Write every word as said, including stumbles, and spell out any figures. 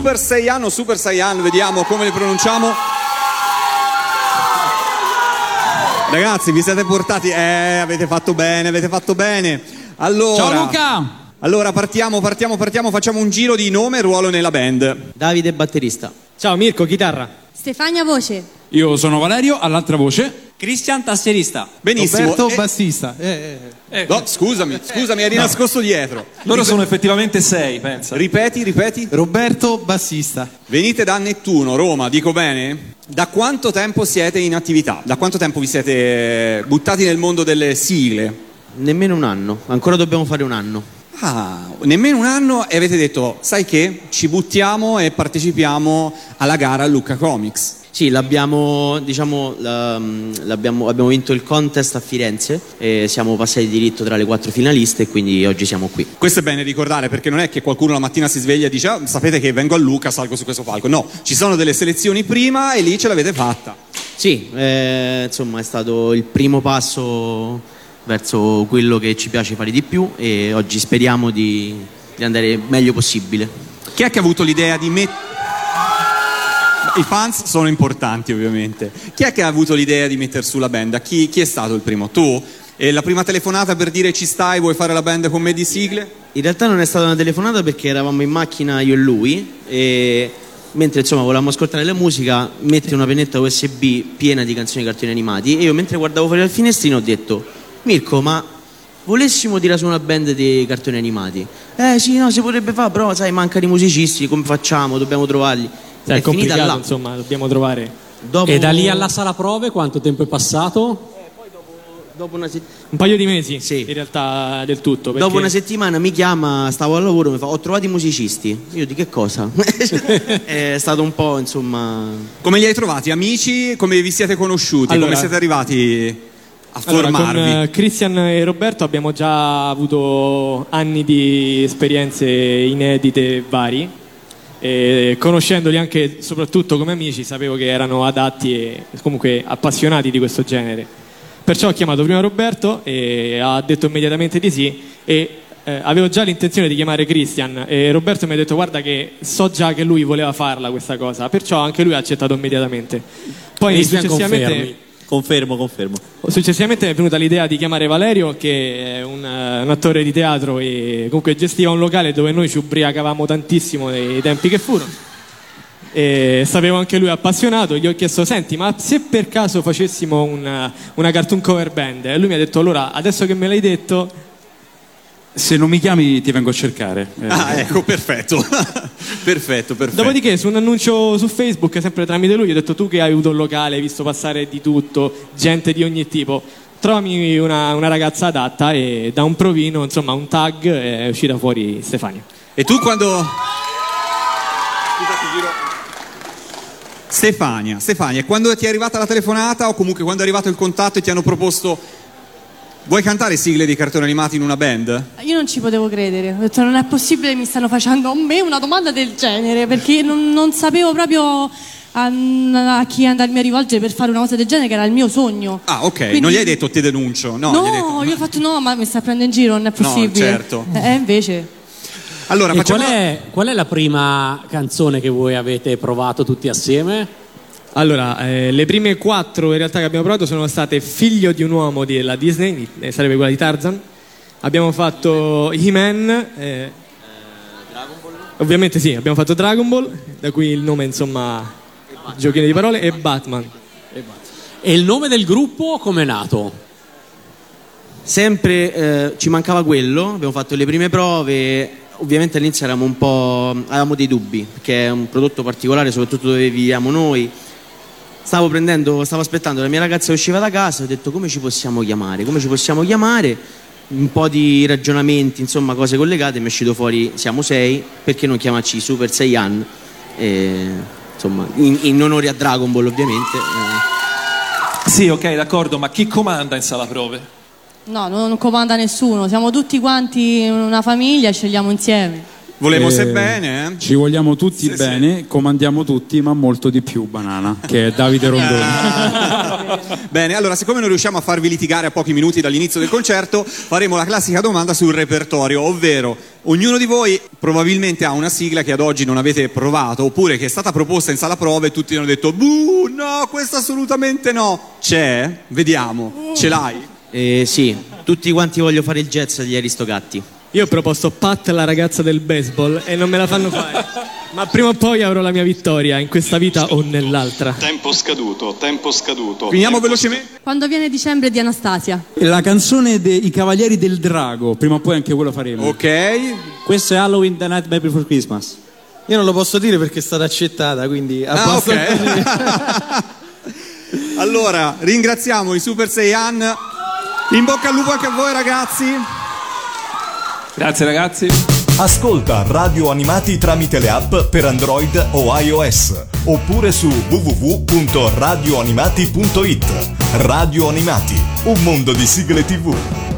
Super Saiyan o Super Saiyan, vediamo come le pronunciamo. Ragazzi, vi siete portati, eh, avete fatto bene, avete fatto bene. Allora, ciao Luca! Allora partiamo, partiamo, partiamo, facciamo un giro di nome e ruolo nella band. Davide, batterista. Ciao Mirko, chitarra. Stefania, voce. Io sono Valerio, all'altra voce. Cristian, tastierista. Benissimo. Roberto, e... bassista. Eh, eh. Eh. No, scusami, scusami, eri no. nascosto dietro. Loro Rip... sono effettivamente sei, pensa. Ripeti, ripeti. Roberto, bassista. Venite da Nettuno, Roma, dico bene? Da quanto tempo siete in attività? Da quanto tempo vi siete buttati nel mondo delle sigle? Nemmeno un anno, ancora dobbiamo fare un anno. Ah, nemmeno un anno e avete detto, sai che? Ci buttiamo e partecipiamo alla gara Lucca Comics. Sì, l'abbiamo, diciamo, l'abbiamo, abbiamo vinto il contest a Firenze e siamo passati diritto tra le quattro finaliste e quindi oggi siamo qui. Questo è bene ricordare, perché non è che qualcuno la mattina si sveglia e dice ah, sapete che vengo a Lucca, salgo su questo palco. No, ci sono delle selezioni prima e lì ce l'avete fatta. Sì, eh, insomma è stato il primo passo verso quello che ci piace fare di più e oggi speriamo di, di andare meglio possibile. Chi è che ha avuto l'idea di mettere... I fans sono importanti ovviamente. Chi è che ha avuto l'idea di mettere su la band? Chi, chi è stato il primo? Tu? E la prima telefonata per dire ci stai, vuoi fare la band con me di sigle? In realtà non è stata una telefonata perché eravamo in macchina io e lui e mentre insomma volevamo ascoltare la musica mette una pennetta U S B piena di canzoni di cartoni animati e io mentre guardavo fuori dal finestrino ho detto Mirko, ma volessimo tirare su una band di cartoni animati? Eh sì, no, si potrebbe fare, però sai, manca di musicisti, come facciamo? Dobbiamo trovarli. Cioè, è, è complicato, là. Insomma, dobbiamo trovare. Dopo... E da lì alla sala prove quanto tempo è passato? Eh, poi dopo, dopo una settimana. Un paio di mesi, sì. In realtà del tutto. Perché... Dopo una settimana mi chiama, stavo al lavoro, mi fa: ho trovato i musicisti. Io di che cosa? È stato un po', insomma. Come li hai trovati? Amici? Come vi siete conosciuti? Allora, come siete arrivati a formarvi? Allora, con uh, Cristian e Roberto abbiamo già avuto anni di esperienze inedite vari. E conoscendoli anche soprattutto come amici sapevo che erano adatti e comunque appassionati di questo genere, perciò ho chiamato prima Roberto e ha detto immediatamente di sì e eh, avevo già l'intenzione di chiamare Cristian e Roberto mi ha detto guarda che so già che lui voleva farla questa cosa, perciò anche lui ha accettato immediatamente. Poi Cristian successivamente confermi. Confermo, confermo. Successivamente mi è venuta l'idea di chiamare Valerio, che è un, un attore di teatro e comunque gestiva un locale dove noi ci ubriacavamo tantissimo nei tempi che furono. E sapevo anche lui appassionato, gli ho chiesto senti, ma se per caso facessimo una, una cartoon cover band? E lui mi ha detto allora, adesso che me l'hai detto... Se non mi chiami ti vengo a cercare. Eh. Ah, ecco, perfetto. perfetto, perfetto. Dopodiché su un annuncio su Facebook, sempre tramite lui, gli ho detto tu che hai avuto un locale, hai visto passare di tutto, gente di ogni tipo, trovami una, una ragazza adatta e da un provino, insomma un tag è uscita fuori Stefania. E tu quando... Scusate, giro. Stefania, Stefania, quando ti è arrivata la telefonata o comunque quando è arrivato il contatto e ti hanno proposto vuoi cantare sigle di cartoni animati in una band? Io non ci potevo credere, ho detto non è possibile, mi stanno facendo a me una domanda del genere, perché non, non sapevo proprio a, a chi andarmi a rivolgere per fare una cosa del genere, che era il mio sogno. Ah, ok. Quindi... non gli hai detto ti denuncio? No, no gli hai detto... io ho fatto no, ma mi sta prendendo in giro, non è possibile. No, certo. E eh, invece... Allora, e facciamo... qual è, qual è la prima canzone che voi avete provato tutti assieme? Allora, eh, le prime quattro in realtà che abbiamo provato sono state Figlio di un uomo della Disney, eh, sarebbe quella di Tarzan. Abbiamo fatto He-Man, eh, eh, Dragon Ball. Ovviamente sì, abbiamo fatto Dragon Ball, da cui il nome insomma, giochino di parole, e Batman. E, e il nome del gruppo com'è nato? Sempre eh, ci mancava quello, abbiamo fatto le prime prove, ovviamente all'inizio eravamo un po', avevamo dei dubbi, perché è un prodotto particolare, soprattutto dove viviamo noi. Stavo prendendo, stavo aspettando la mia ragazza che usciva da casa, ho detto come ci possiamo chiamare, come ci possiamo chiamare, un po' di ragionamenti, insomma cose collegate, mi è uscito fuori siamo sei, perché non chiamarci Super Saiyan, e, insomma in, in onore a Dragon Ball ovviamente. Eh. Sì, ok, d'accordo, ma chi comanda in sala prove? No, non comanda nessuno, siamo tutti quanti una famiglia, scegliamo insieme. Volemo Eh, se bene, eh? Ci vogliamo tutti Sì, bene, comandiamo tutti, ma molto di più Banana, che è Davide Rondoni. Bene, allora siccome non riusciamo a farvi litigare a pochi minuti dall'inizio del concerto, faremo la classica domanda sul repertorio, ovvero ognuno di voi probabilmente ha una sigla che ad oggi non avete provato, oppure che è stata proposta in sala prove e tutti hanno detto buh, no, questa assolutamente no. C'è? Vediamo, ce l'hai? Eh, sì, tutti quanti voglio fare il jazz degli Aristogatti. Io ho proposto Pat, la ragazza del baseball, e non me la fanno fare. Ma prima o poi avrò la mia vittoria, in questa vita o nell'altra. Tempo scaduto, tempo scaduto. Finiamo tempo velocemente. Quando viene dicembre di Anastasia. La canzone dei Cavalieri del Drago, prima o poi anche quello faremo. Ok. Questo è Halloween The Night Before Christmas. Io non lo posso dire perché è stata accettata, quindi a Ah, posto ok. così. Allora, ringraziamo i Super Saiyan. In bocca al lupo anche a voi, ragazzi. Grazie ragazzi. Ascolta Radio Animati tramite le app per Android o iOS oppure su w w w punto radio animati punto it. Radio Animati, un mondo di sigle tivù.